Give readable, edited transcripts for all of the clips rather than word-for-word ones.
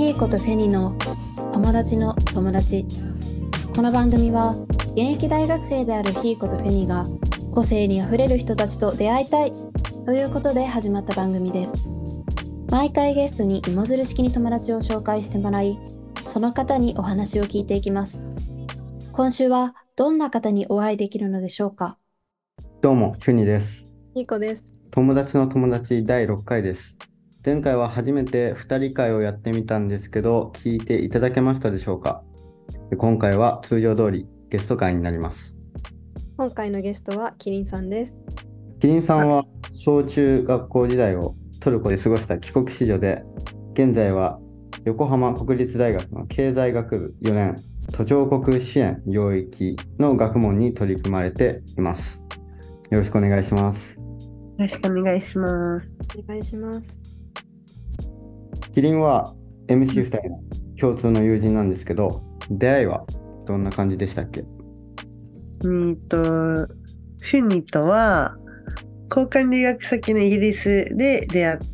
ヒーコとフェニの友達の友達。この番組は現役大学生であるヒーコとフェニが個性にあふれる人たちと出会いたいということで始まった番組です。毎回ゲストに芋づる式に友達を紹介してもらい、その方にお話を聞いていきます。今週はどんな方にお会いできるのでしょうか。 どうも、フニです。 ヒーコです。 友達の友達第6回です。前回は初めて2人会をやってみたんですけど、聞いていただけましたでしょうか。今回は通常通りゲスト会になります。 今回のゲストはキリンさんです。 キリンさんは小中学校時代をトルコで過ごした帰国子女で、現在は横浜国立大学の経済学部4年途上国支援領域の学問に取り組まれています。よろしくお願いします。 よろしくお願いします。 お願いします。 キリンは MC2 人の共通の友人なんですけど、出会いはどんな感じでしたっけ？ フニとは交換留学先のイギリスで出会って、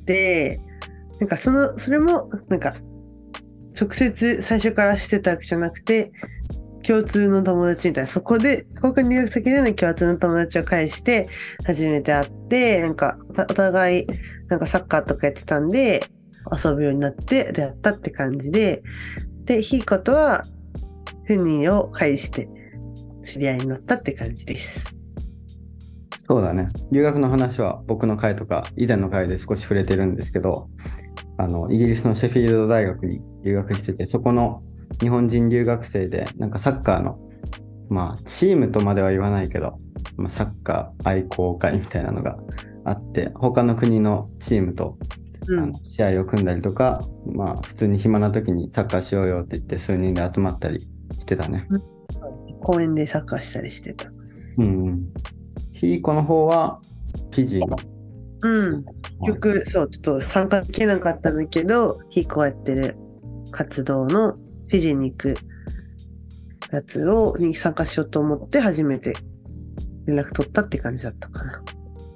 それも直接最初からしてたわけじゃなくて、共通の友達みたいな、そこで交換留学先での共通の友達を介して初めて会って、お互いサッカーとかやってたんで遊ぶようになって出会ったって感じで、ヒーコとはフニを介して知り合いになったって感じです。 そうだね。留学の話は僕の回とか以前の回で少し触れてるんですけど、イギリスのシェフィールド大学に留学してて、そこの日本人留学生でサッカーのチームとまでは言わないけど、サッカー愛好会みたいなのがあって、他の国のチームと試合を組んだりとか、普通に暇な時にサッカーしようよって言って数人で集まったりしてたね。 公園でサッカーしたりしてた。 ヒーコの方はフィジーの。 結局ちょっと参加できなかったんだけど、ヒーコがやってる活動のフィジーに行くやつに参加しようと思って初めて連絡取ったって感じだったかな。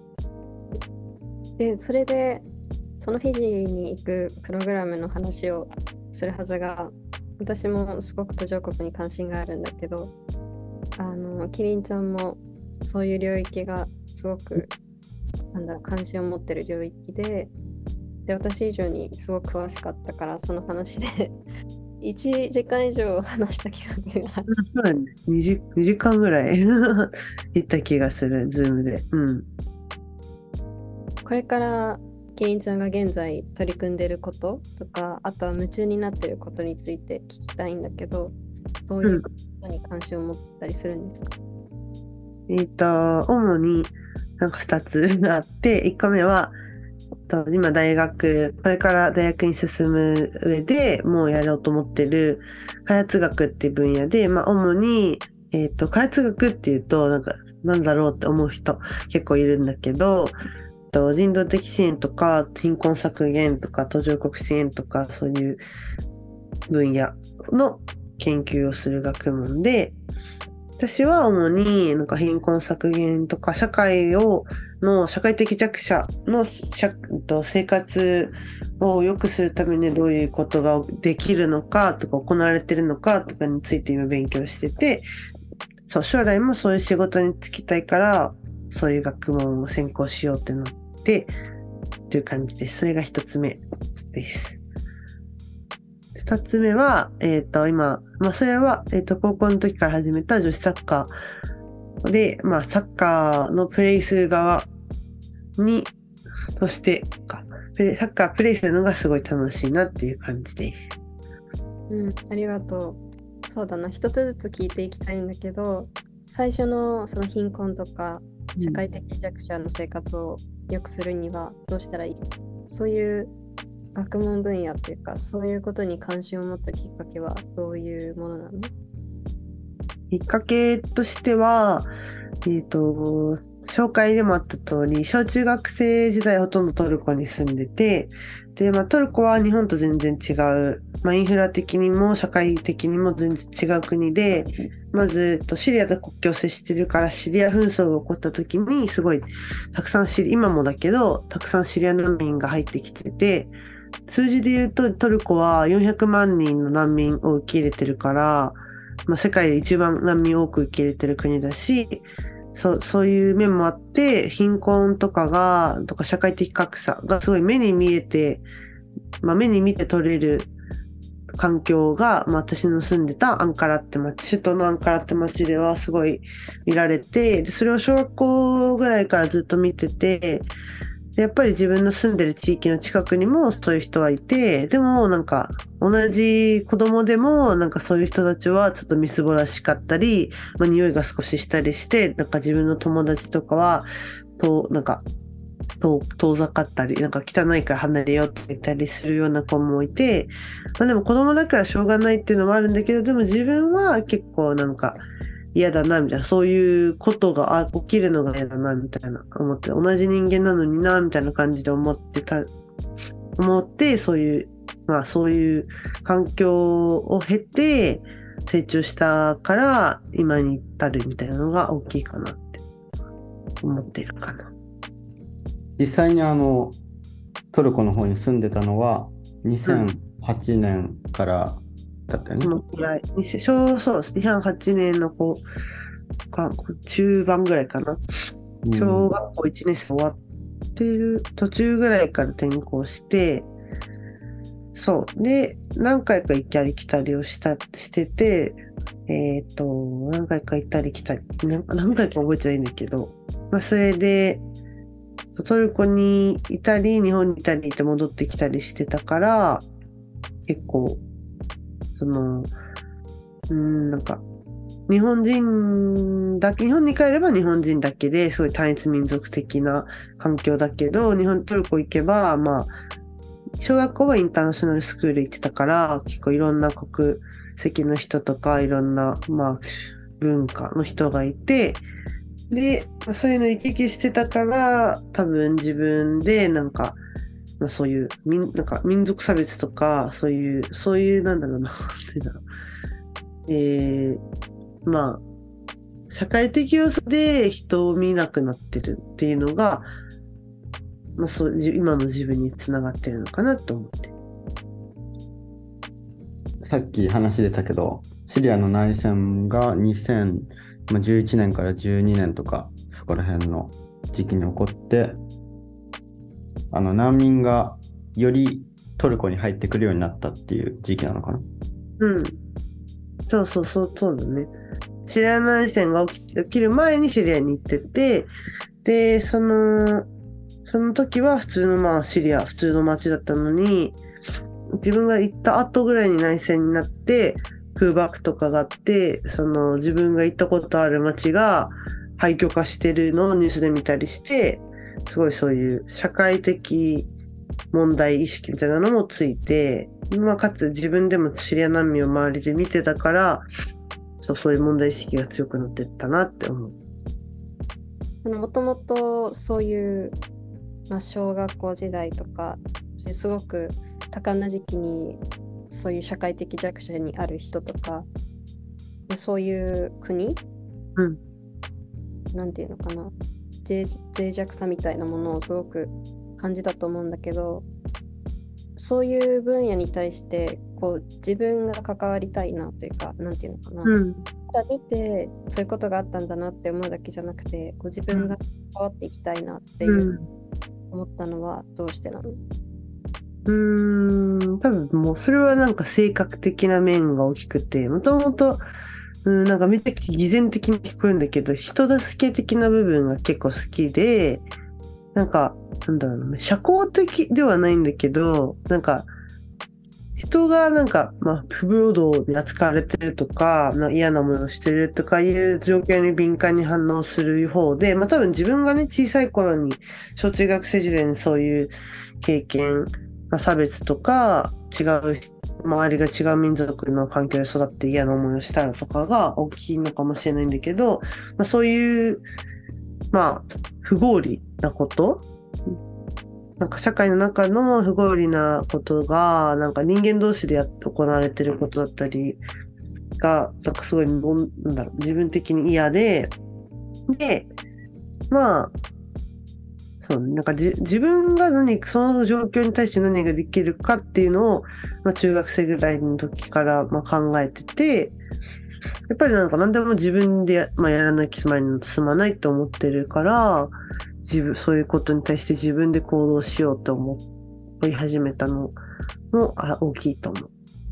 で、それでそのフィジーに行くプログラムの話をするはずが、私もすごく途上国に関心があるんだけど、キリンちゃんもそういう領域がすごく関心を持ってる領域で、私以上にすごく詳しかったから、その話で1時間以上話した気がする。 そうだね。2時間ぐらい行った気がする、ズームで。 これからキリンちゃんが現在取り組んでることとか、あとは夢中になってることについて聞きたいんだけど、どういうことに関心を持ったりするんですか？ 主に2つあって、1個目は今これから大学に進む上でもうやろうと思ってる開発学っていう分野で、主に、開発学っていうとなんだろうって思う人結構いるんだけど、人道的支援とか貧困削減とか途上国支援とか、そういう分野の研究をする学問で、私は主に貧困削減とか社会的弱者の生活を良くするためにどういうことができるのかとか行われているのかとかについて今勉強してて、将来もそういう仕事に就きたいからそういう学問を専攻しようってなってという感じです。それが一つ目です。2つ目は、今、それは、高校の時から始めた女子サッカーで、サッカーのプレイする側に、そしてサッカープレイするのがすごい楽しいなっていう感じです。 ありがとう。そうだな、一つずつ聞いていきたいんだけど、最初のその貧困とか社会的弱者の生活を良くするにはどうしたらいい？そういう学問分野っていうか、そういうことに関心を持ったきっかけはどういうものなの？ きっかけとしては、紹介でもあった通り、小中学生時代ほとんどトルコに住んでて、で、トルコは日本と全然違う、インフラ的にも社会的にも全然違う国で、まずシリアと国境を接してるから、シリア紛争が起こった時にすごいたくさん今もだけどたくさんシリア難民が入ってきてて、 数字で言うとトルコは400万人の難民を受け入れてるから、世界で一番難民を多く受け入れてる国だし、そういう面もあって、貧困とか社会的格差がすごい目に見えて、目に見て取れる環境が、私の住んでたアンカラって町、首都のアンカラって町ではすごい見られて、でそれを小学校ぐらいからずっと見てて、でやっぱり自分の住んでる地域の近くにもそういう人はいて、でもなんか同じ子供でもなんかそういう人たちはちょっとみすぼらしかったり、匂いが少ししたりして、なんか自分の友達とかはなんか遠ざかったり、なんか汚いから離れようって言ったりするような子もいて、でも子供だからしょうがないっていうのもあるんだけど、でも自分は結構なんか嫌だなみたいな、そういうことが起きるのが嫌だなみたいな思って、同じ人間なのになみたいな感じで思って、そういう環境を経て成長したから今に至るみたいなのが大きいかなって思ってるかな。 実際にトルコの方に住んでたのは2008年からだったよね。 そうです。2008年の中盤ぐらいかな。小学校1年生終わってる途中ぐらいから転校して、そうで何回か行ったり来たりをしてて、何回か行ったり来たり、何回か覚えてないんだけど、それでトルコにいたり日本にいたりって戻ってきたりしてたから、結構なんか日本に帰れば日本人だけですごい単一民族的な環境だけど、トルコ行けば小学校はインターナショナルスクール行ってたから、結構いろんな国籍の人とかいろんな文化の人がいて、でそういうの行き来してたから、多分自分でなんかそういうなんか民族差別とかそういうなんだろうな社会的要素で人を見なくなってるっていうのが、今の自分につながってるのかなと思って。 さっき話出たけど、シリアの内戦が2011年から12年とかそこら辺の時期に起こって、難民がよりトルコに入ってくるようになったっていう時期なのかな。 そうだね。シリア内戦が起きる前にシリアに行ってて、でその時は普通のシリア普通の町だったのに、自分が行った後ぐらいに内戦になって空爆とかがあって、自分が行ったことある町が廃墟化してるのをニュースで見たりして、すごいそういう社会的問題意識みたいなのもついて、かつ自分でもシリア難民を周りで見てたから、そういう問題意識が強くなってったなって思う。 もともとそういう、小学校時代とかすごく多感な時期にそういう社会的弱者にある人とか、そういう国、なんていうのかな、脆弱さみたいなものをすごく感じたと思うんだけど、そういう分野に対して自分が関わりたいなというか、なんていうのかな、ただ見てそういうことがあったんだなって思うだけじゃなくて、自分が関わっていきたいなっていう思ったのはどうしてなの？ 多分もうそれはなんか性格的な面が大きくて、もともとなんかめちゃくちゃ偽善的に聞こえるんだけど、人助け的な部分が結構好きで、なんかなんだろうな、社交的ではないんだけど、なんか人がなんか不平等に扱われてるとか、嫌なものをしてるとかいう状況に敏感に反応する方で、多分自分がね、小さい頃に小中学生時代にそういう経験、差別とか周りが違う民族の環境で育って嫌な思いをしたらとかが大きいのかもしれないんだけど、そういう不合理なこと、なんか社会の中の不合理なことがなんか人間同士で行われてることだったりがなんかすごい自分的に嫌で、 そうね、なんか自分がその状況に対して何ができるかっていうのを、中学生ぐらいの時から考えてて、やっぱりなんか何でも自分でやらなきゃ前に進まないと思ってるから、そういうことに対して自分で行動しようと思い始めたのも大きいと思う。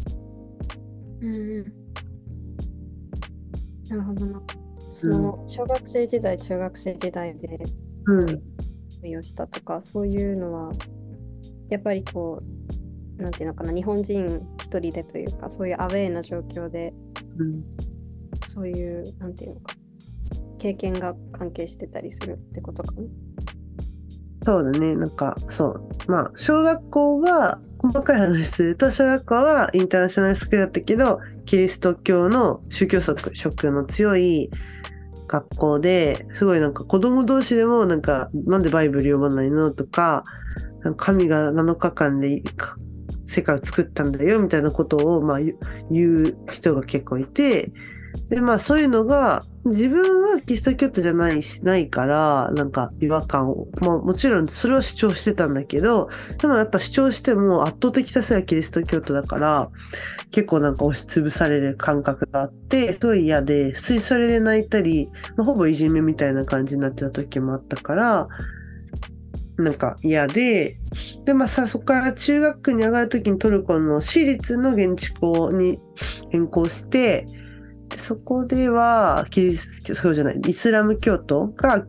なるほどな。その小学生時代、中学生時代で恋をしたとか、そういうのはやっぱりこうなんていうのかな、日本人一人でというか、そういうアウェーな状況で、そういうなんていうのか、経験が関係してたりするってことかな。 そうだね、なんかそう小学校は細かい話すると、小学校はインターナショナルスクールだったけど、キリスト教の宗教色の強い学校で、すごいなんか子供同士でもなんでバイブル読まないのとか、神が7日間で世界を作ったんだよみたいなことを言う人が結構いて、でそういうのが自分はキリスト教徒じゃないからなんか違和感を、もちろんそれは主張してたんだけど、でもやっぱ主張しても圧倒的多数はキリスト教徒だから結構なんか押しつぶされる感覚があって、すごい嫌で、それで泣いたり、ほぼいじめみたいな感じになってた時もあったからなんか嫌で、そこから中学に上がる時にトルコの私立の現地校に変更して、そこではキリスト教じゃないイスラム教徒が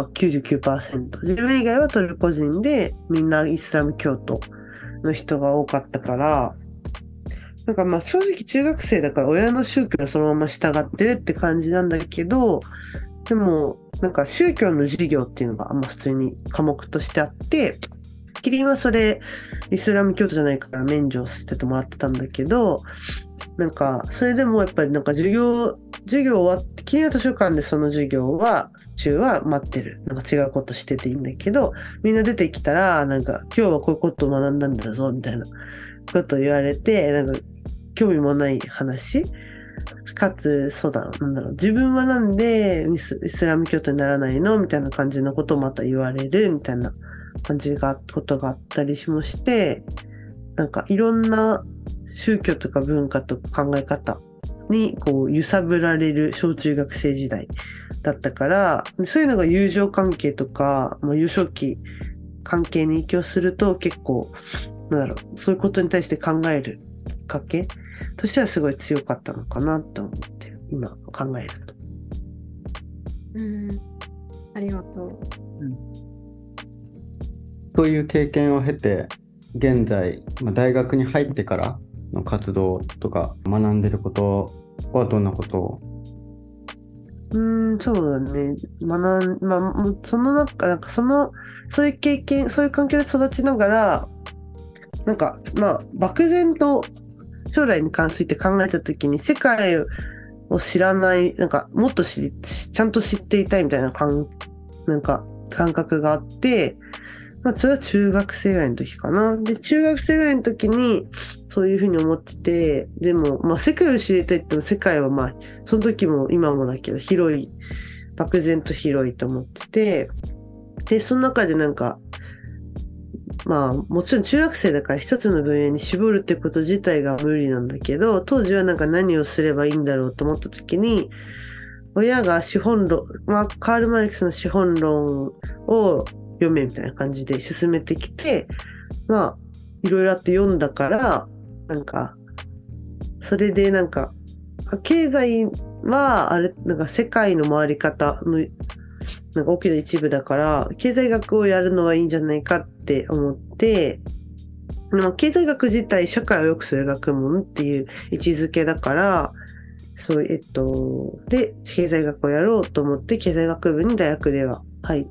99%、自分以外はトルコ人でみんなイスラム教徒の人が多かったから、なんか正直中学生だから親の宗教にそのまま従ってるって感じなんだけど、でもなんか宗教の授業っていうのが普通に科目としてあって、キリンはそれイスラム教徒じゃないから免除しててもらってたんだけど、なんかそれでもやっぱりなんか授業終わってキリンは図書館でその授業中は待ってる、なんか違うことしてていいんだけど、みんな出てきたらなんか今日はこういうことを学んだんだぞみたいなことを言われて、なんか興味もない話かつ自分はなんでイスラム教徒にならないのみたいな感じのことをまた言われるみたいなことがあったりもして、なんかいろんな宗教とか文化とか考え方にこう揺さぶられる小中学生時代だったから、そういうのが友情関係とか、幼少期関係に影響すると結構そういうことに対して考えるきっかけとしてはすごい強かったのかなと思って今考えると。 ありがとう。 そういう経験を経て現在、大学に入ってからの活動とか学んでることはどんなことを？ そうだね。そのなんかそういう経験、そういう環境で育ちながら、なんか漠然と将来に関ついて考えたときに世界を知らない、なんかもっとちゃんと知っていたいみたいななんか感覚があって、それは中学生ぐらいの時かな。で、中学生ぐらいの時にそういうふうに思ってて、でも世界を知りたいって言っても世界はその時も今もだけど漠然と広いと思ってて、で、その中でなんかもちろん中学生だから一つの分野に絞るってこと自体が無理なんだけど、当時はなんか何をすればいいんだろうと思った時に、親が資本論、カール・マルクスの資本論を読めみたいな感じで進めてきて、いろいろあって読んだから、なんかそれでなんか経済はなんか世界の回り方のなんか大きな一部だから経済学をやるのはいいんじゃないかって思って、経済学自体社会を良くする学問っていう位置づけだから、で経済学をやろうと思って経済学部に大学では入って、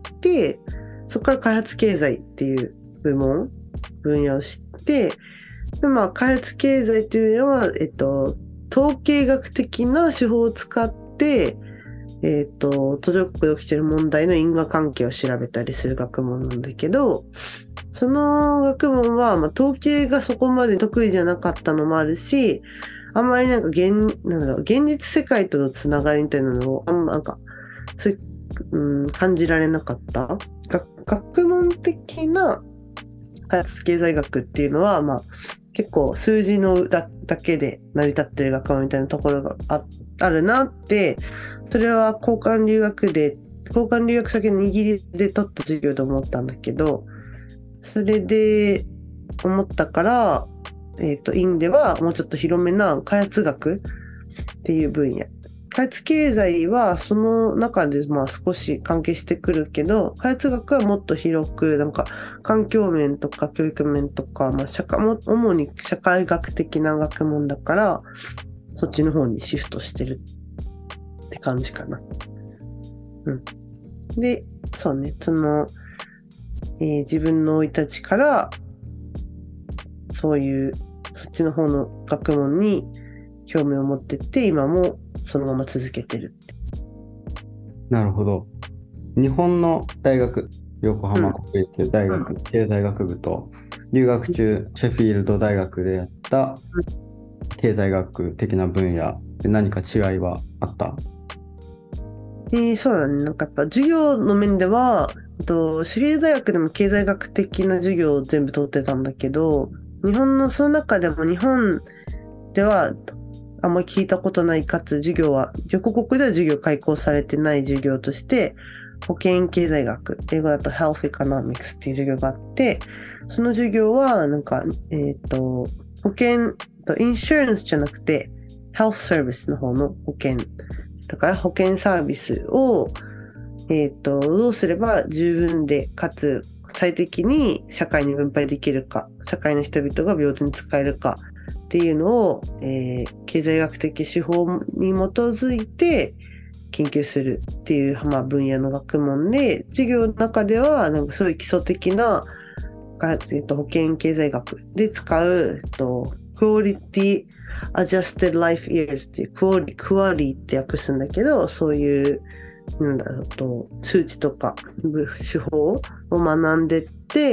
そこから開発経済っていう分野を知って、で開発経済っていうのは統計学的な手法を使って途上国で起きている問題の因果関係を調べたりする学問なんだけど、その学問は、統計がそこまで得意じゃなかったのもあるし、あんまりなんか現実世界とのつながりみたいなのをそういう感じられなかった。学問的な開発経済学っていうのは、結構数字のだけで成り立ってる学問みたいなところがあるなって、それは交換留学先のイギリスで取った授業で思ったんだけど、それで思ったから、院ではもうちょっと広めな開発学っていう分野。開発経済はその中で少し関係してくるけど、開発学はもっと広く、なんか環境面とか教育面とか、主に社会学的な学問だから、そっちの方にシフトしてるって感じかな。で、そうね、自分の生い立ちから、そういうそっちの方の学問に興味を持ってって、今もそのまま続けてるって。 なるほど。日本の大学、横浜国立大学経済学部と、留学中シェフィールド大学でやった経済学的な分野で何か違いはあった？ そうだね。なんかやっぱ授業の面では、シェフィールド大学でも経済学的な授業を全部取ってたんだけど、その中でも日本ではあんまり聞いたことない、かつ旅行国では授業開講されてない授業として、保険経済学、英語だと Health Economics っていう授業があって、その授業はなんか、保険、インシュランスじゃなくて Health Service の方の保険。だから保険サービスを、どうすれば十分でかつ最適に社会に分配できるか、社会の人々が平等に使えるかっていうのを、経済学的手法に基づいて研究するっていう、分野の学問で、授業の中ではなんかそういう基礎的な、保険経済学で使う、Quality Adjusted Life Years っていうクアリって訳すんだけど、そういう数値とか手法を学んでって、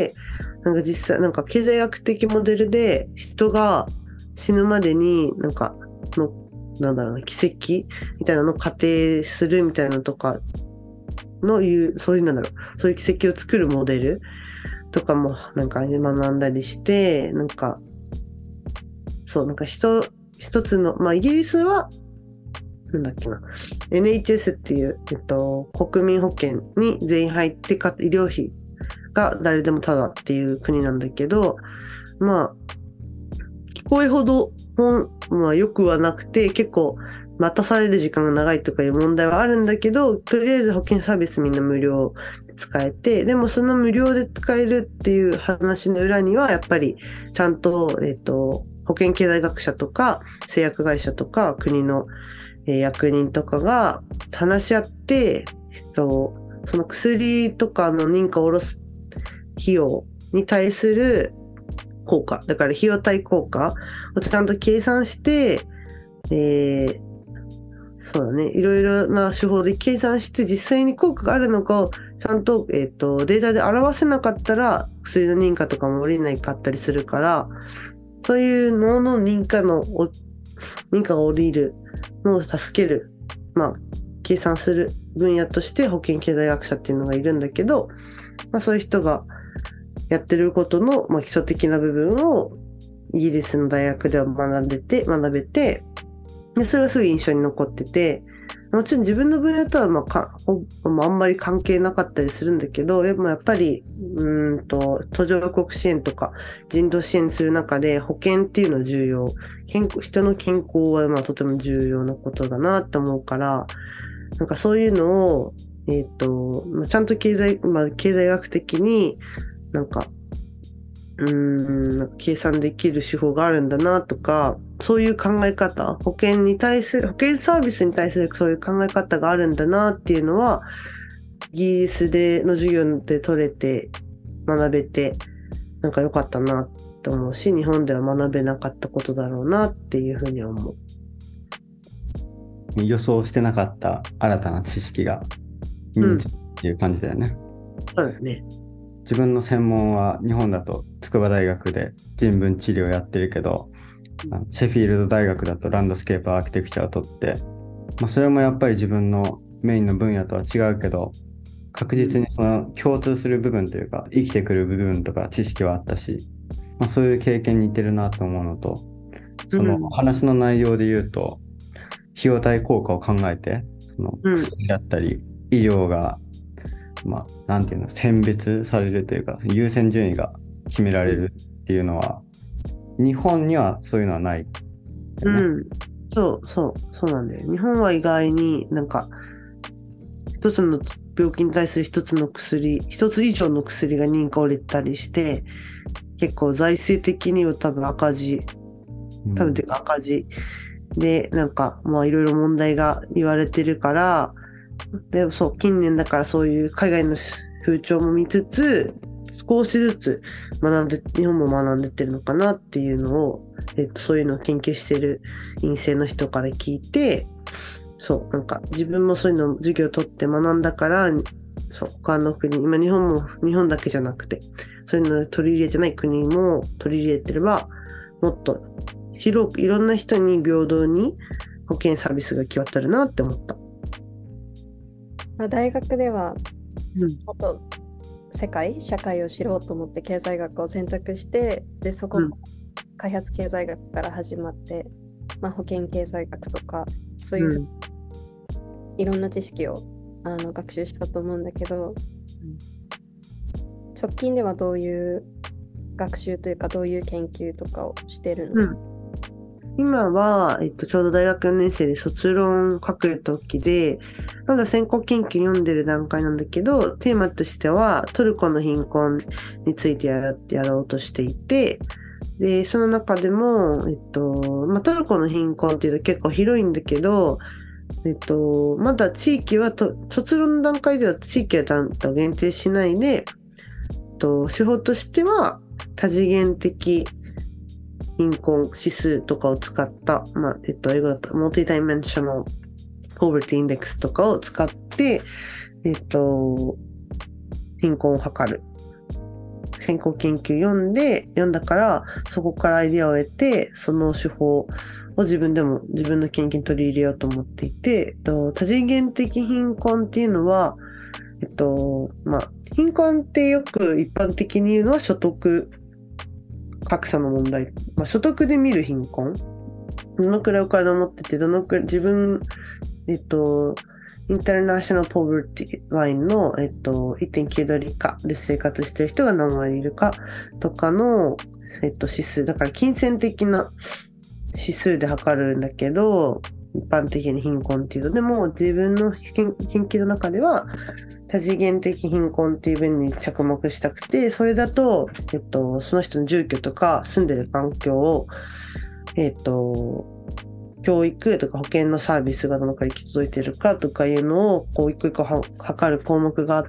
なんか実際なんか経済学的モデルで人が死ぬまでに奇跡みたいなのを仮定するみたいなのとかそういう奇跡を作るモデルとかもなんか学んだりして、なんか一つの、イギリスはNHS っていう、国民保険に全員入ってかつ医療費が誰でもタダっていう国なんだけど、聞こえほど良くはなくて、結構待たされる時間が長いとかいう問題はあるんだけど、とりあえず保険サービスみんな無料で使えて、でもその無料で使えるっていう話の裏にはやっぱりちゃんと、保険経済学者とか製薬会社とか国の役人とかが話し合って、その薬とかの認可を下ろす費用に対する効果、だから費用対効果をちゃんと計算して、そうだね、いろいろな手法で計算して実際に効果があるのかをちゃんと、データで表せなかったら薬の認可とかも下りないかったりするから、そういうのの認可が下りるのを助ける、計算する分野として保険経済学者っていうのがいるんだけど、そういう人がやってることの、基礎的な部分をイギリスの大学では学べて、でそれがすごい印象に残ってて、もちろん自分の分野とはあんまり関係なかったりするんだけど、やっぱり途上国支援とか人道支援する中で保険っていうのは重要、人の健康はとても重要なことだなって思うから、なんかそういうのをちゃんと経済学的に計算できる手法があるんだなとか、そういう考え方、保険サービスに対するそういう考え方があるんだなっていうのは、イギリスの授業で取れて学べて、なんか良かったなって思うし、日本では学べなかったことだろうなっていうふうに思う。 予想してなかった新たな知識が身につくっていう感じだよね。 そうだね。 自分の専門は日本だと筑波大学で人文治療やってるけど、シェフィールド大学だとランドスケープアーキテクチャを取って、それもやっぱり自分のメインの分野とは違うけど、確実にその共通する部分というか、生きてくる部分とか知識はあったし、そういう経験に似てるなと思うのと、その話の内容で言うと、費用対効果を考えて、その薬だったり、医療が、なんていうの、選別されるというか、優先順位が決められるっていうのは、日本にはそういうのはない、ね。 そうなんだよ。日本は意外になんか、一つの病気に対する一つ以上の薬が認可を入れたりして、結構財政的には多分赤字で、なんかいろいろ問題が言われてるから、で近年だからそういう海外の風潮も見つつ、少しずつ日本も学んでってるのかなっていうのを、そういうのを研究してる院生の人から聞いて、なんか自分もそういうの授業を取って学んだから、他の国、今日本だけじゃなくて、そういうのを取り入れてない国も取り入れてれば、もっと広くいろんな人に平等に保健サービスが行き渡るなって思った。 大学では、もっと社会を知ろうと思って経済学を選択して、でそこ、開発経済学から始まって、保健経済学とかそういう、いろんな知識を学習したと思うんだけど、直近ではどういう学習というかどういう研究とかをしてるの？ 今は、ちょうど大学4年生で卒論書く時で、まだ先行研究読んでる段階なんだけど、テーマとしてはトルコの貧困についてやろうとしていて、で、その中でも、トルコの貧困っていうと結構広いんだけど、まだ地域は卒論の段階では地域は限定しないで、手法としては多次元的貧困指数とかを使った、英語だとモルティダイメンショナルポバティインデックスとかを使って、貧困を測る。先行研究読んだから、そこからアイデアを得て、その手法を自分の研究に取り入れようと思っていて、多次元的貧困っていうのは、貧困ってよく一般的に言うのは所得格差の問題。所得で見る貧困。どのくらいお金を持ってて、自分、インターナショナルポバティラインの、1.9 ドル以下で生活している人が何割いるかとかの、指数。だから金銭的な指数で測るんだけど、一般的に貧困っていうと、でも自分の研究の中では多次元的貧困っていう分に着目したくて、それだと、その人の住居とか住んでる環境を、教育とか保健のサービスがどのくらい行き届いてるかとかいうのを一個一個測る項目があって、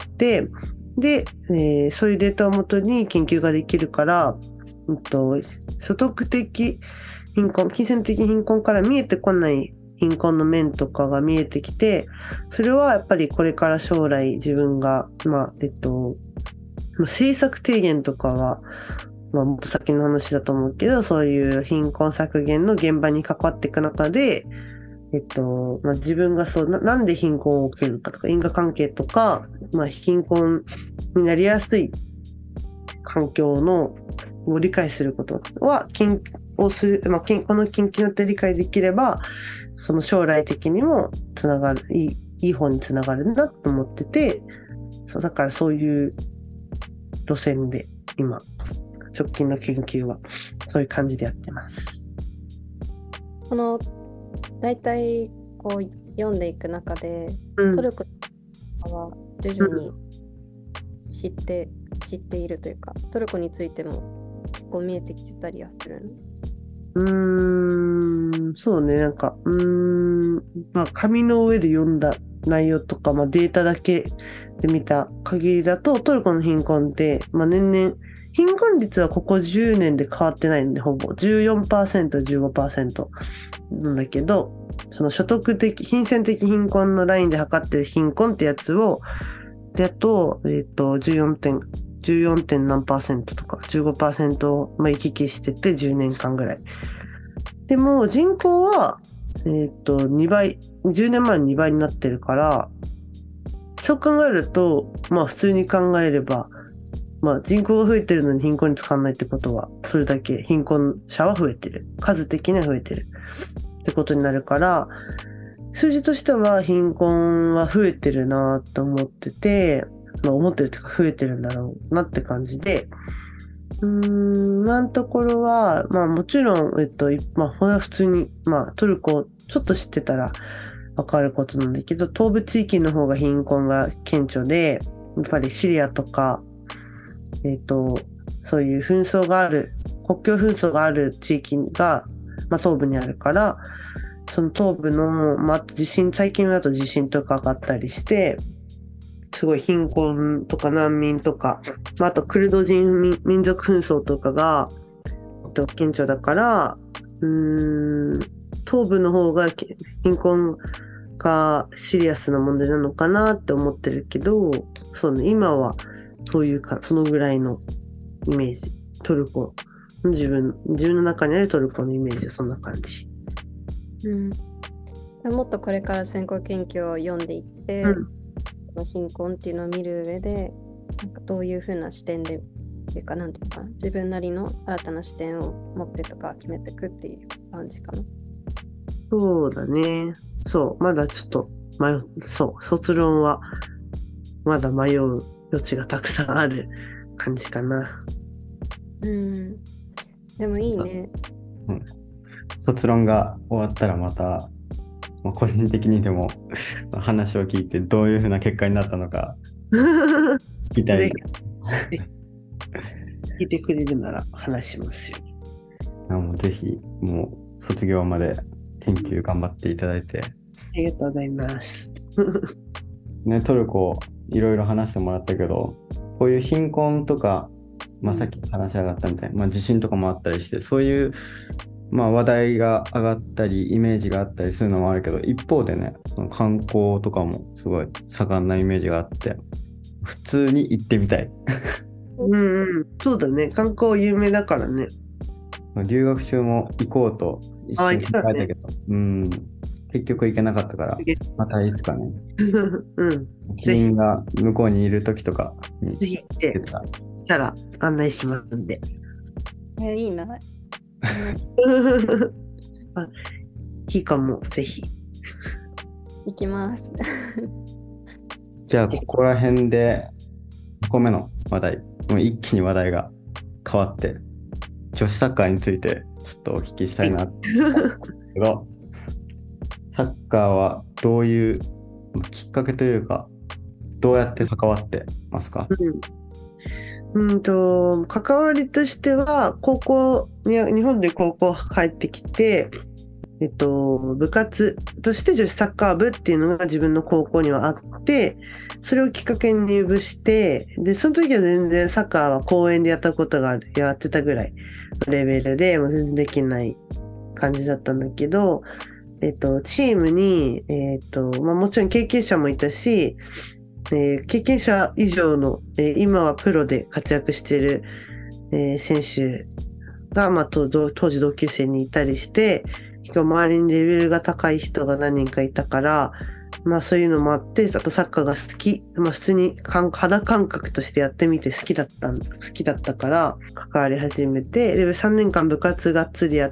で、そういうデータをもとに研究ができるから、所得的貧困、金銭的貧困から見えてこない貧困の面とかが見えてきて、それはやっぱりこれから将来自分が、政策提言とかは、もっと先の話だと思うけど、そういう貧困削減の現場に関わっていく中で、自分がなんで貧困が起きるかとか、因果関係とか、貧困になりやすい環境を理解することは、この研究によって理解できれば、その将来的にもいい方につながるなと思ってて、だからそういう路線で今、直近の研究はそういう感じでやってます。 だいたい読んでいく中で、トルコは徐々に知っているというか、トルコについても結構見えてきてたりはするの？そうね、なんか紙の上で読んだ内容とか、データだけで見た限りだと、トルコの貧困って、年々貧困率はここ10年で変わってないんで、ほぼ 14%、15% なんだけど、その金銭的貧困のラインで測ってる貧困ってやつを、だと、14. 点何%とか 15% を行き来してて10年間ぐらい。でも人口は、 2倍、10年前の2倍になってるから、そう考えると、まあ普通に考えれば、まあ人口が増えてるのに貧困に使わないってことは、それだけ貧困者は増えてる。数的には増えてる。ってことになるから、数字としては貧困は増えてるなと思ってて、まあ思ってるっていうか増えてるんだろうなって感じで、今のところは、まあもちろん、まあこれは普通に、まあトルコちょっと知ってたらわかることなんだけど、東部地域の方が貧困が顕著で、やっぱりシリアとか、そういう紛争がある、国境紛争がある地域が、まあ、東部にあるから、その東部の、まあ、最近だと地震とかがあったりして、すごい貧困とか難民とか、まあ、あとクルド人民族紛争とかが、顕著だから、東部の方が貧困がシリアスな問題なのかなって思ってるけど、そうね、今はそういうか、そのぐらいのイメージ。トルコの自分の中にあるトルコのイメージはそんな感じ。 もっとこれから先行研究を読んでいって、貧困っていうのを見る上で、なんかどういうふうな視点でっていうか、なんていうかな、自分なりの新たな視点を持ってとか決めていくっていう感じかな。 そうだね。そう、まだちょっと卒論はまだ迷う余地がたくさんある感じかな。 でもいいね。 卒論が終わったらまた、個人的にでも話を聞いてどういうふうな結果になったのか聞きたい。 聞いてくれるなら話しますよ。 もうぜひもう卒業まで研究頑張っていただいて。 ありがとうございます。 ね、トルコいろいろ話してもらったけど、こういう貧困とか、まあ、さっき話し上がったみたいな、地震とかもあったりして、そういう、話題が上がったりイメージがあったりするのもあるけど、一方でね、その観光とかもすごい盛んなイメージがあって、普通に行ってみたい。 そうだね、観光有名だからね。 留学中も行こうと一緒に考えたけど、結局行けなかったから、またいつかね、キリンが向こうにいる時とかにぜひ行ってたら案内しますんで。 いいな。 いいかも、ぜひ。 行きます。 じゃあ、ここら辺で2個目の話題、もう一気に話題が変わって、女子サッカーについてちょっとお聞きしたいなって思うんですけど、サッカーはどういうきっかけというか、どうやって関わってますか？ 関わりとしては、日本で高校帰ってきて、部活として女子サッカー部っていうのが自分の高校にはあって、それをきっかけに入部して、で、その時は全然サッカーは公園でやってたぐらいのレベルで、もう全然できない感じだったんだけど、チームに、もちろん経験者もいたし、経験者以上の、今はプロで活躍している、選手が、当時同級生にいたりして、周りにレベルが高い人が何人かいたから、そういうのもあって、あとサッカーが好き、普通に肌感覚としてやってみて好きだったから関わり始めて、で3年間部活がっつりやって、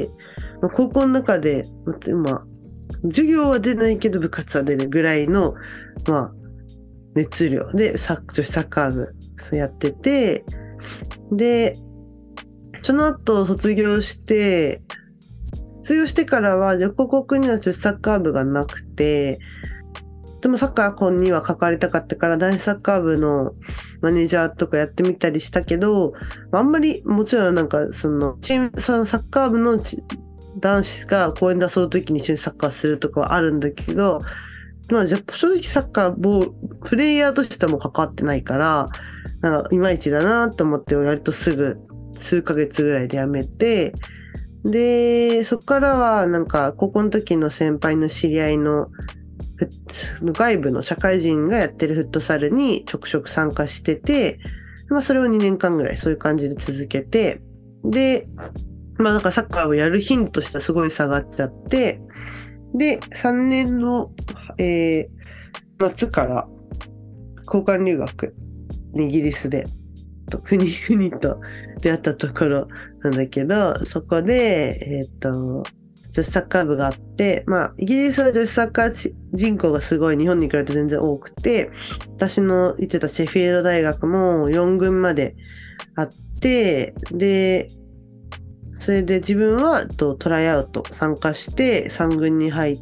高校の中で、授業は出ないけど部活は出るぐらいの、熱量で女子サッカー部やってて、で、その後卒業してからは高校には女子サッカー部がなくて、でもサッカーには関わりたかったから男子サッカー部のマネージャーとかやってみたりしたけど、あんまりもちろんそのサッカー部の男子が公園で遊ぶ時に一緒にサッカーするとかはあるんだけど、正直サッカープレイヤーとしてはもう関わってないから、いまいちだなと思って割とすぐ数ヶ月ぐらいで辞めて、でそこからは高校の時の先輩の知り合いの外部の社会人がやってるフットサルにちょくちょく参加してて、それを2年間ぐらいそういう感じで続けて、でサッカーをやる頻度としてはすごい下がっちゃって、 で、3年の、夏から交換留学にイギリスで国々と出会ったところなんだけど、そこで、女子サッカー部があって、イギリスは女子サッカー人口がすごい日本に比べて全然多くて、私の行ってたシェフィールド大学も4軍まであって、で、それで自分はトライアウト参加して3軍に入って、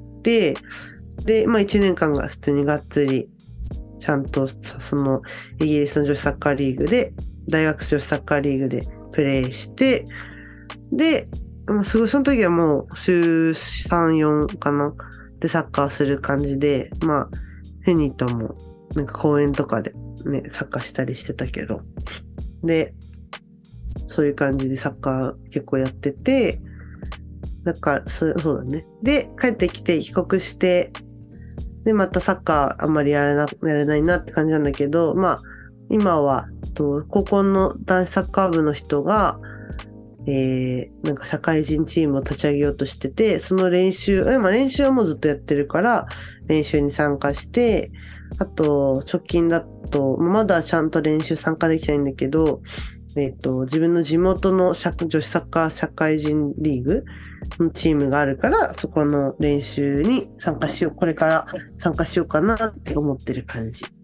で、1年間が普通にがっつりちゃんとそのイギリスの女子サッカーリーグで、大学女子サッカーリーグでプレーして、で、すごいその時はもう週3、4かなでサッカーする感じで、フェニーともなんか公園とかでね、サッカーしたりしてたけど、で、そういう感じでサッカー結構やってて、だからそうだね。で、帰ってきて帰国して、で、またサッカーあんまりやれないなって感じなんだけど、今は高校の男子サッカー部の人が、なんか社会人チームを立ち上げようとしてて、その練習はもうずっとやってるから練習に参加して、あと直近だとまだちゃんと練習参加できないんだけど、自分の地元の女子サッカー社会人リーグのチームがあるから、そこの練習にこれから参加しようかなって思ってる感じ。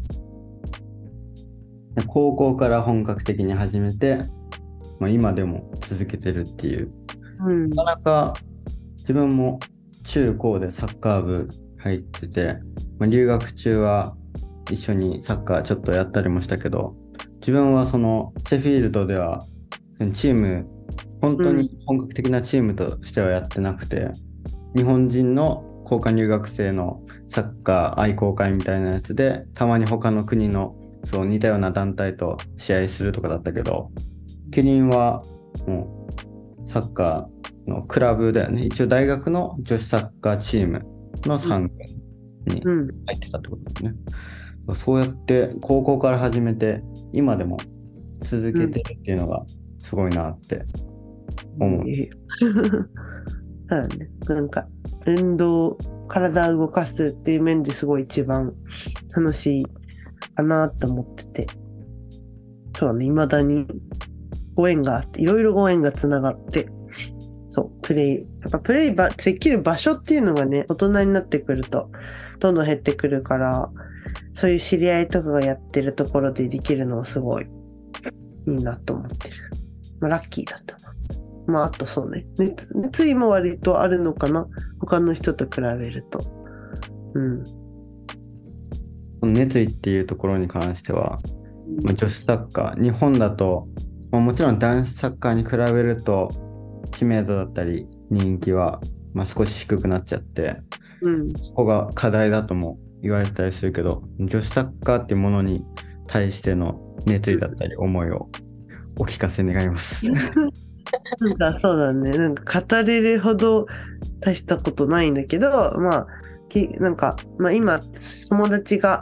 高校から本格的に始めて、今でも続けてるっていう。なかなか自分も中高でサッカー部入ってて、留学中は一緒にサッカーちょっとやったりもしたけど、自分はそのシェフィールドではチーム、本当に本格的なチームとしてはやってなくて、日本人の交換留学生のサッカー愛好会みたいなやつで、たまに他の国のそう似たような団体と試合するとかだったけど、キリンはもうサッカーのクラブだよね。一応大学の女子サッカーチームの3軍に入ってたってことですね。そうやって高校から始めて今でも続けてるっていうのがすごいなって思う。 だね。なんか体を動かすっていう面ですごい一番楽しいかなって思ってて、そうだね、未だにご縁があって、いろいろご縁がつながって、プレイできる場所っていうのがね、大人になってくるとどんどん減ってくるから、そういう知り合いとかがやってるところでできるのはすごいいいなと思ってる。ラッキーだったな。あとそうね、熱意も割とあるのかな、他の人と比べると。 熱意っていうところに関しては、女子サッカー、日本だと、もちろん男子サッカーに比べると知名度だったり人気は、少し低くなっちゃって、そこが課題だとも言われたりするけど、女子サッカーっていうものに対しての熱意だったり思いをお聞かせ願います。 なんかそうだね、なんか語れるほど大したことないんだけど、なんか、今友達が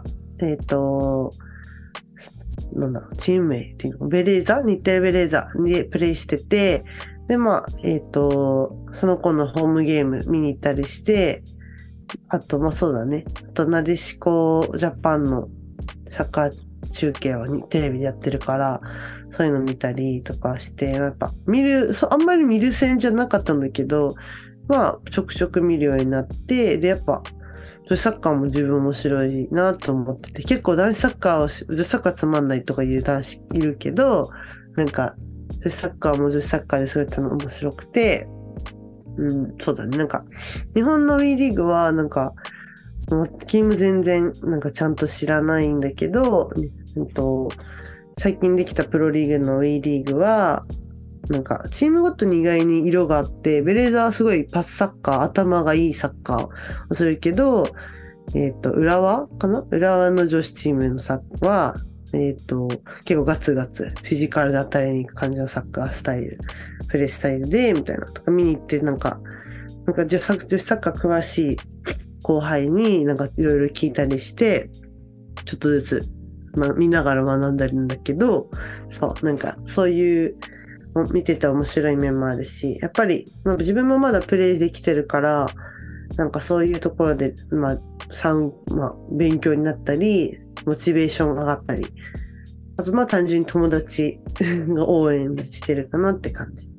チーム名っていうの日テレベレーザでプレイしてて、でその子のホームゲーム見に行ったりして、あとそうだね、あとなでしこジャパンのサッカー中継はテレビでやってるから、そういうの見たりとかして、やっぱあんまり見る線じゃなかったんだけど、ちょくちょく見るようになって、でやっぱ女子サッカーも十分面白いなと思ってて、結構男子サッカー女子サッカーつまんないとか言う男子いるけど、なんか女子サッカーも女子サッカーですごい面白くて、そうだね、なんか日本の WE リーグはなんかチーム全然なんかちゃんと知らないんだけど、最近できたプロリーグの WE リーグはなんかチームごとに意外に色があって、ベレーザはすごいパスサッカー、頭がいいサッカーをするけど、浦和の女子チームのサッカーは、結構ガツガツフィジカルで当たりに行く感じのサッカースタイル、プレースタイルでみたいなとか見に行って、なんか女子サッカー詳しい後輩になんかいろいろ聞いたりして、ちょっとずつ、見ながら学んだりなんだけど、なんかそういう見てて面白い面もあるし、やっぱり、自分もまだプレイできてるから、 なんかそういうところで、勉強になったり、モチベーション上がったり、あと単純に友達が応援してるかなって感じ。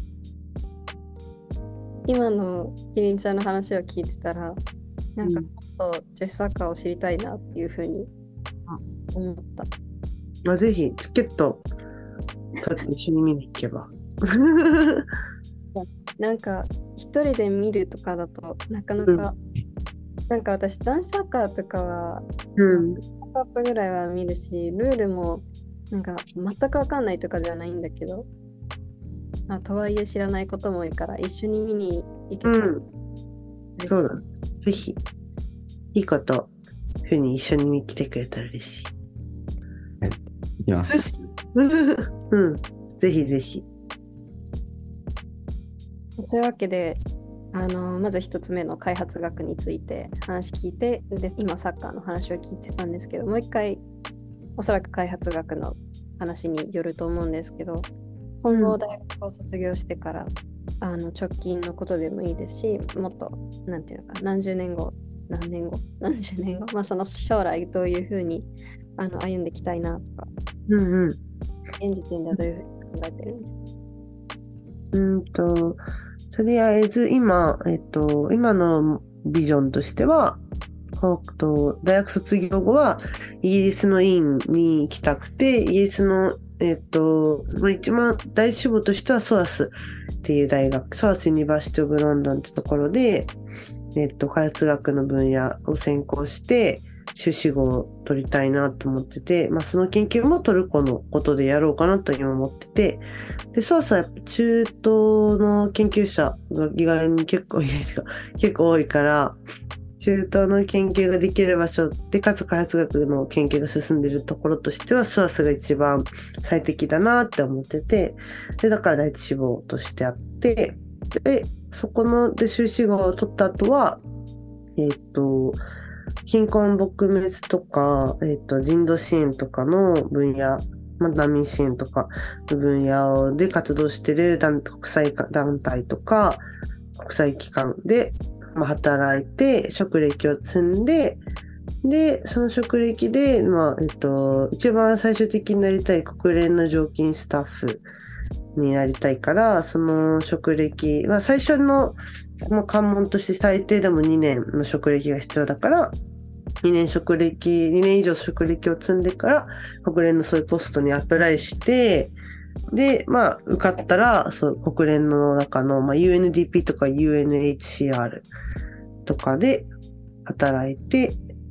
今のキリンちゃんの話を聞いてたら、なんかもっと女子サッカーを知りたいなっていうふうに思った。 ぜひチケット取って一緒に見に行けば。 なんか一人で見るとかだとなかなか、なんか私男子サッカーとかは、ワールドカップぐらいは見るし、ルールもなんか全く分かんないとかではないんだけど、とはいえ知らないことも多いから一緒に見に行けたら、 そうだ。ぜひいいことふうに一緒に来てくれたら嬉しい。 いきます。 ぜひぜひ。 そういうわけで、まず一つ目の開発学について話聞いて、で今サッカーの話を聞いてたんですけど、もう一回おそらく開発学の話によると思うんですけど、今後大学を卒業してから、直近のことでもいいですし、もっとなんていうのか、何十年後、何十年後、その将来どういうふうに歩んでいきたいなとか、現時点ではどういうふうに考えてるんですか？ とりあえず今のビジョンとしては、大学卒業後はイギリスの院に行きたくて、イギリスの一番第一志望としてはソアスっていう大学、ソアスユニバーシティオブロンドンってところで、開発学の分野を専攻して修士号を取りたいなと思ってて、その研究もトルコのことでやろうかなと今思ってて、でソアスはやっぱ中東の研究者が意外に結構多いから、中東の研究ができる場所で、かつ開発学の研究が進んでいるところとしては、ソアスが一番最適だなって思ってて、でだから第一志望としてあって、でそこので修士号を取った後は、貧困撲滅とか、人道支援とかの分野、難民支援とかの分野で活動している国際団体とか国際機関で働いて職歴を積んで、でその職歴で、一番最終的になりたい国連の常勤スタッフになりたいから、その職歴は最初の、関門として最低でも2年の職歴が必要だから、2年以上職歴を積んでから国連のそういうポストにアプライして、で受かったら国連の中の、UNDP とか UNHCR とかで働いて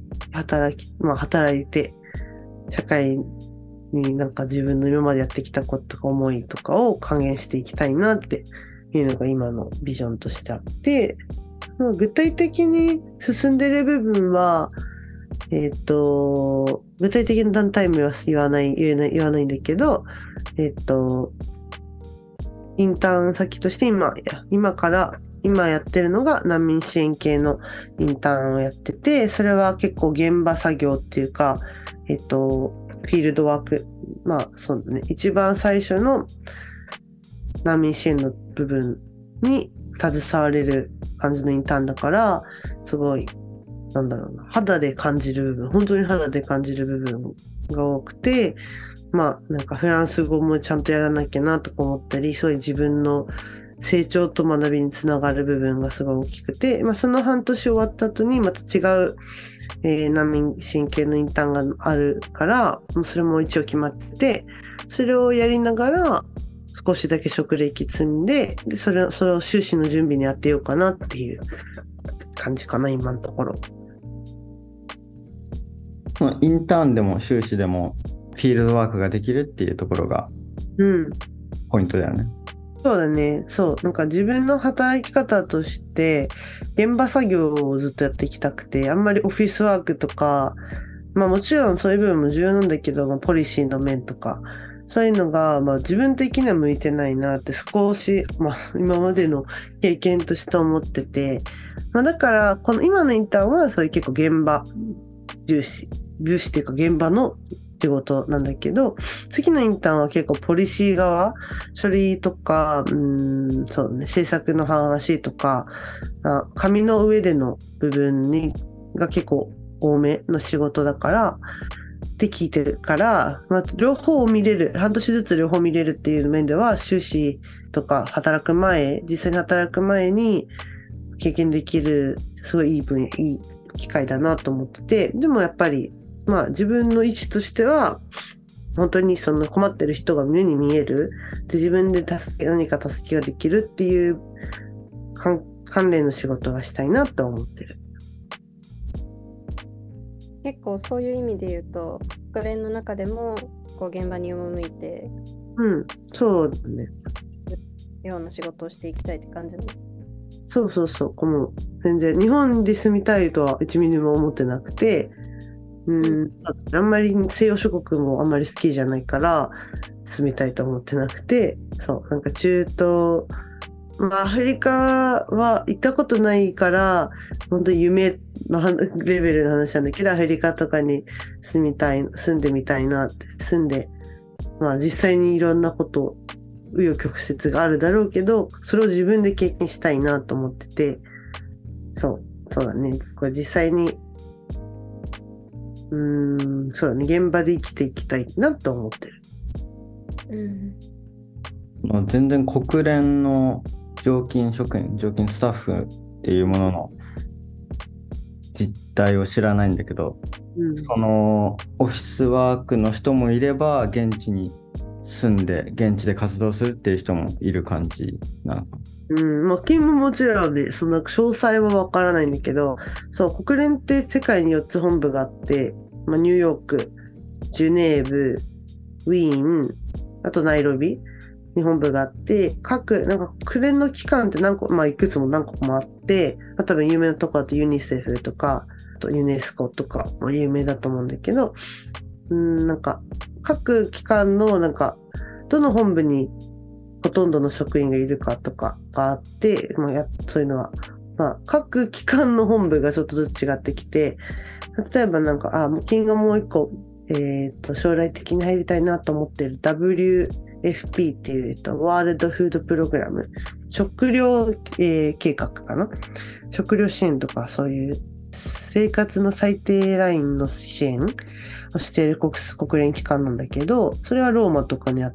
社会になんか自分の今までやってきたこととか思いとかを還元していきたいなっていうのが今のビジョンとしてあって、具体的に進んでる部分は具体的な団体名は言わないんだけど、インターン先として今やってるのが難民支援系のインターンをやってて、それは結構現場作業っていうか、フィールドワーク、そうだね、一番最初の難民支援の部分に携われる感じのインターンだから、すごい本当に肌で感じる部分が多くて、なんかフランス語もちゃんとやらなきゃなとか思ったり、そういう自分の成長と学びにつながる部分がすごい大きくて、その半年終わった後にまた違う、難民支援系のインターンがあるから、それも一応決まってて、それをやりながら少しだけ職歴積んで、それを修士の準備に当てようかなっていう感じかな、今のところ。 インターンでも修士でもフィールドワークができるっていうところがポイントだよね。 そうだね。なんか自分の働き方として現場作業をずっとやっていきたくて、あんまりオフィスワークとか、もちろんそういう部分も重要なんだけど、ポリシーの面とかそういうのが、自分的には向いてないなって少し、今までの経験として思ってて、だからこの今のインターンはそういう結構現場重視っていうか、現場の仕事なんだけど、次のインターンは結構ポリシー側、書類とか、そうね、政策の話とか、紙の上での部分が結構多めの仕事だからって聞いてるから、両方を見れる、半年ずつ両方見れるっていう面では、修士とか実際に働く前に経験できる、すごいいい機会だなと思ってて、でもやっぱり、自分の意思としては、本当にその困ってる人が目に見える、で自分で何か助けができるっていう関連の仕事がしたいなと思ってる。 結構そういう意味で言うと、国連の中でもこう現場に赴いて、 そうだね。 ような仕事をしていきたいって感じなの。 そう。もう全然日本で住みたいとは1ミリも思ってなくて、あんまり西洋諸国もあんまり好きじゃないから住みたいと思ってなくて、なんか中東、アフリカは行ったことないから本当に夢のレベルの話なんだけど、アフリカとかに住んでみたいなって、実際にいろんなこと紆余曲折があるだろうけど、それを自分で経験したいなと思ってて、そうだね、これ実際にそうだね、現場で生きていきたいなと思ってる。 全然国連の常勤スタッフっていうものの実態を知らないんだけど、そのオフィスワークの人もいれば、現地に住んで現地で活動するっていう人もいる感じなのかな。 勤務もちろんで、その詳細は分からないんだけど、国連って世界に4つ本部があって、ニューヨーク、ジュネーブ、ウィーン、あとナイロビに本部があって、なんか国連の機関っていくつも何個もあって、多分有名なとこだとユニセフとか、あとユネスコとか、有名だと思うんだけど、なんか各機関のどの本部にほとんどの職員がいるかとかがあって、そういうのは、各機関の本部がちょっとずつ違ってきて、例えば金がもう一個、将来的に入りたいなと思っている WFP っていう、ワールドフードプログラム、食料、計画かな、食料支援とかそういう生活の最低ラインの支援をしている国連機関なんだけど、それはローマとかにあって、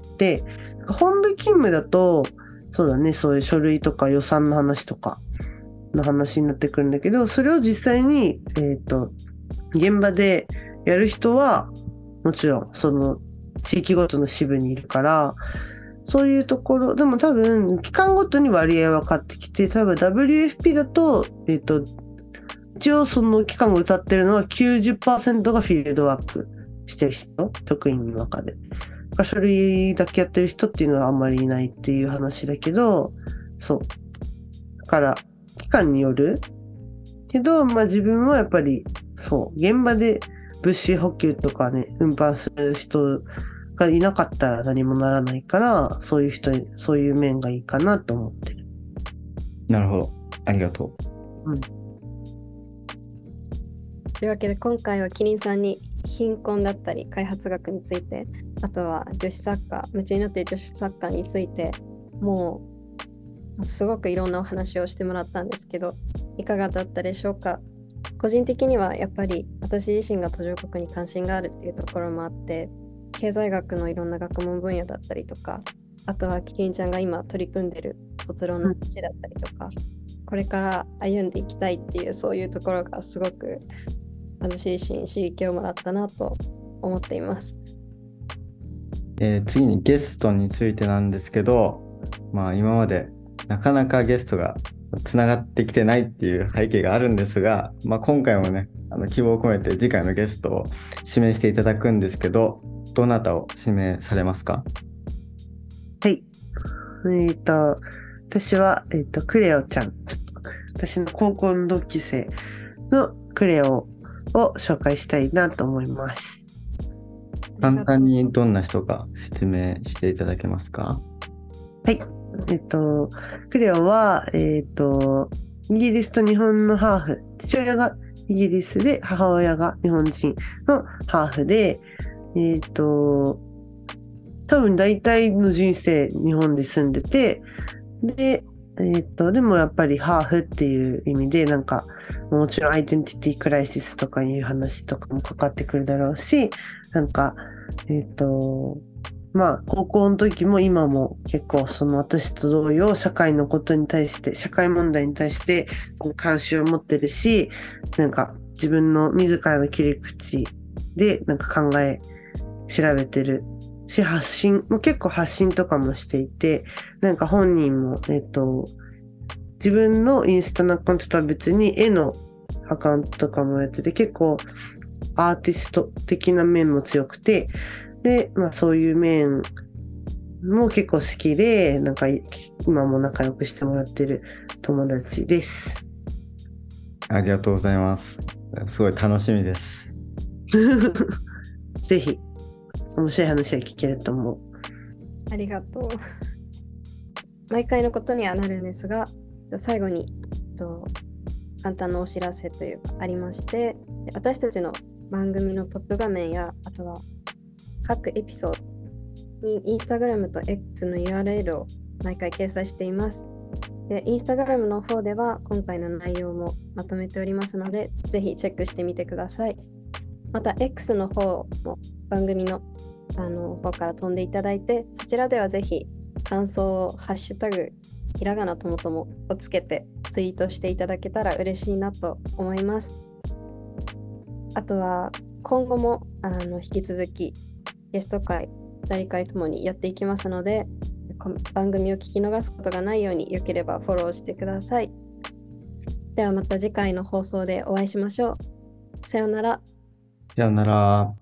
本部勤務だとそうだね、そういう書類とか予算の話とかの話になってくるんだけど、それを実際に現場でやる人はもちろんその地域ごとの支部にいるから、そういうところでも多分期間ごとに割合分かってきて、多分 WFP だと一応その期間が歌ってるのは 90% がフィールドワークしてる人、職員の中で。書類だけやってる人っていうのはあんまりいないっていう話だけど、だから期間によるけど、自分はやっぱり現場で物資補給とかね、運搬する人がいなかったら何もならないから、そういう面がいいかなと思ってる。 なるほど、ありがとう。 というわけで今回はキリンさんに貧困だったり開発学について、あとは女子サッカー、夢中になっている女子サッカーについて、もうすごくいろんなお話をしてもらったんですけど、いかがだったでしょうか。個人的にはやっぱり私自身が途上国に関心があるっていうところもあって、経済学のいろんな学問分野だったりとか、あとはキリンちゃんが今取り組んでる卒論の話だったりとか、これから歩んでいきたいっていうそういうところがすごく私自身刺激をもらったなと思っています。 次にゲストについてなんですけど、今までなかなかゲストがつながってきてないっていう背景があるんですが、今回もね、希望を込めて次回のゲストを指名していただくんですけど、どなたを指名されますか？ はい。私は、クレオちゃん。私の高校の同級生のクレオを紹介したいなと思います。 簡単にどんな人か説明していただけますか？ はい。クレオは、イギリスと日本のハーフ。父親がイギリスで母親が日本人のハーフで、 多分大体の人生日本で住んでて、で、でもやっぱりハーフっていう意味で、なんか、もちろんアイデンティティクライシスとかいう話とかもかかってくるだろうし、なんか、まあ、高校の時も今も結構その私と同様、社会のことに対して、社会問題に対して関心を持ってるし、なんか自分の自らの切り口でなんか考え、調べてるし、発信、もう結構発信とかもしていて、なんか本人も、自分のインスタのアカウントとは別に絵のアカウントとかもやってて、結構アーティスト的な面も強くて、で、まあそういう面も結構好きで、なんか今も仲良くしてもらってる友達です。 ありがとうございます。すごい楽しみです。 ぜひ、面白い話は聞けると思う。 ありがとう。毎回のことにはなるんですが、最後に簡単なお知らせというかありまして、私たちの番組のトップ画面や、あとは各エピソードにインスタグラムと X の URL を毎回掲載しています。で、インスタグラムの方では今回の内容もまとめておりますので、ぜひチェックしてみてください。また X の方も番組の方から飛んでいただいて、そちらではぜひ感想をハッシュタグひらがなともともをつけてツイートしていただけたら嬉しいなと思います。あとは今後も引き続きゲスト会、2人会ともにやっていきますので、番組を聞き逃すことがないようによければフォローしてください。ではまた次回の放送でお会いしましょう。さようなら。 さようなら。